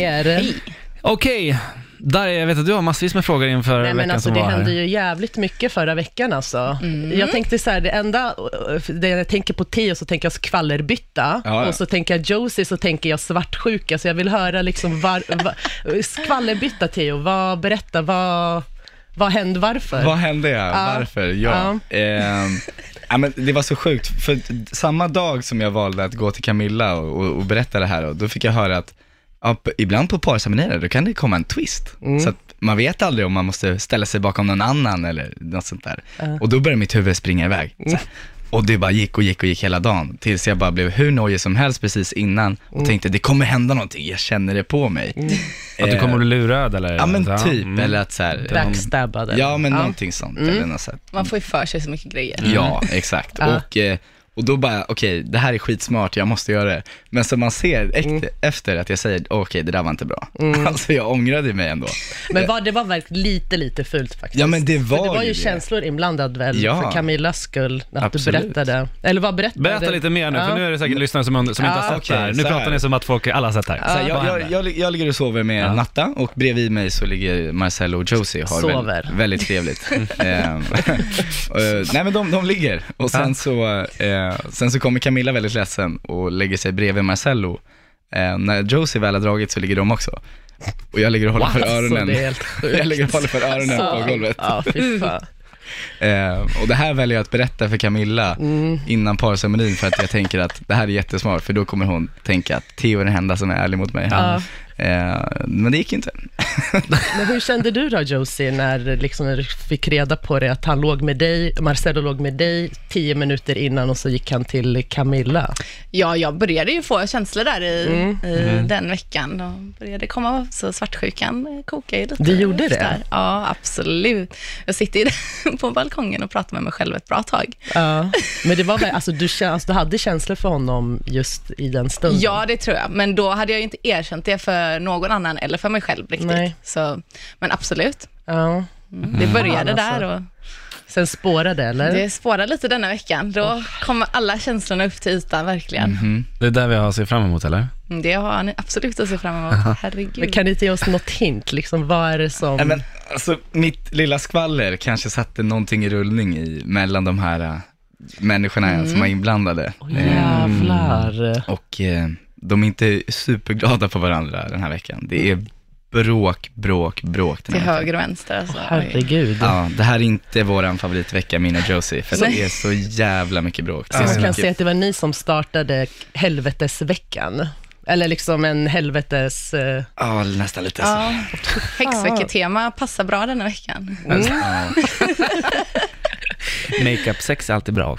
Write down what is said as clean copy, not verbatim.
er? Okej. Där jag vet att du har massvis med frågor inför veckan men alltså, som var här. Det hände ju jävligt mycket förra veckan alltså. Jag tänkte så här, det jag tänker på Theo så tänker jag skvallerbytta. Ja. Och så tänker jag Josie så tänker jag svartsjuka. Så jag vill höra liksom skvallerbytta Theo, vad hände, varför? Vad hände varför? Ja. Men det var så sjukt, för samma dag som jag valde att gå till Camilla och berätta det här, och då fick jag höra att ibland på parseminarier då kan det komma en twist. Så att man vet aldrig om man måste ställa sig bakom någon annan eller något sånt där. Och då började mitt huvud springa iväg. Och det bara gick hela dagen. Tills jag bara blev hur nojig som helst precis innan. Och tänkte, det kommer hända någonting, jag känner det på mig. Att du kommer att bli lurad eller? Ja men typ, eller att så här, backstabbad. ja men någonting sånt eller något sätt. Man får ju för sig så mycket grejer. Ja, exakt. Och då bara, okej, det här är skitsmart, jag måste göra det. Men så man ser efter att jag säger, okej, det där var inte bra. Alltså jag ångrade mig ändå. Men det var verkligen lite fult faktiskt. Ja, men det var ju känslor inblandad väl för Camillas skull att absolut. Du berättade. Eller vad berättade? Berätta lite mer nu, för nu är det säkert lyssnare som inte har sett det här. Nu pratar ni som att folk alla har sett det här. Jag ligger och sover med Natta, och bredvid mig så ligger Marcello och Josie har väldigt trevligt. Nej men de ligger. Och sen så kommer Camilla väldigt ledsen och lägger sig bredvid Marcello. När Josie väl har dragit så ligger de också. Och jag ligger och håller för öronen. Jag ligger och håller för öronen på golvet. Ja, fy fan. Och det här väljer jag att berätta för Camilla innan parceremonin, för att jag tänker att det här är jättesmart, för då kommer hon tänka att Theo är den enda som är ärlig mot mig. Men det gick inte. Men hur kände du då, Josie, när du fick reda på det, att han låg med dig, Marcello låg med dig 10 minuter innan och så gick han till Camilla? Ja, jag började ju få känslor där i den veckan. Då började komma så svartsjukan koka i lite. Det gjorde det? Där. Ja, absolut. Jag sitter på balkongen och pratar med mig själv ett bra tag. Ja, men det var väl, alltså, du hade känslor för honom just i den stunden? Ja, det tror jag. Men då hade jag ju inte erkänt det för någon annan eller för mig själv riktigt. Så, men absolut. Ja. Det började där och sen spårade, eller? det spårade lite denna veckan. Då kommer alla känslorna upp till ytan, verkligen. Det är där vi har att se fram emot, eller? Det har ni absolut att se fram emot. Herregud. Men kan ni ge oss något hint? Liksom, vad är det som... Nej, men, alltså, mitt lilla skvaller kanske satte någonting i rullning mellan de här människorna som var inblandade. Jävlar. Och de är inte superglada på varandra den här veckan. Det är bråk. Till höger och vänster. Alltså. Herregud. Ja, det här är inte våran favoritvecka, min och Josie. För det är så jävla mycket bråk. Så man kan säga att det var ni som startade helvetesveckan. Eller liksom en helvetes... Ja, nästan lite så. Häxvecketema passar bra denna veckan. Makeup sex är alltid bra.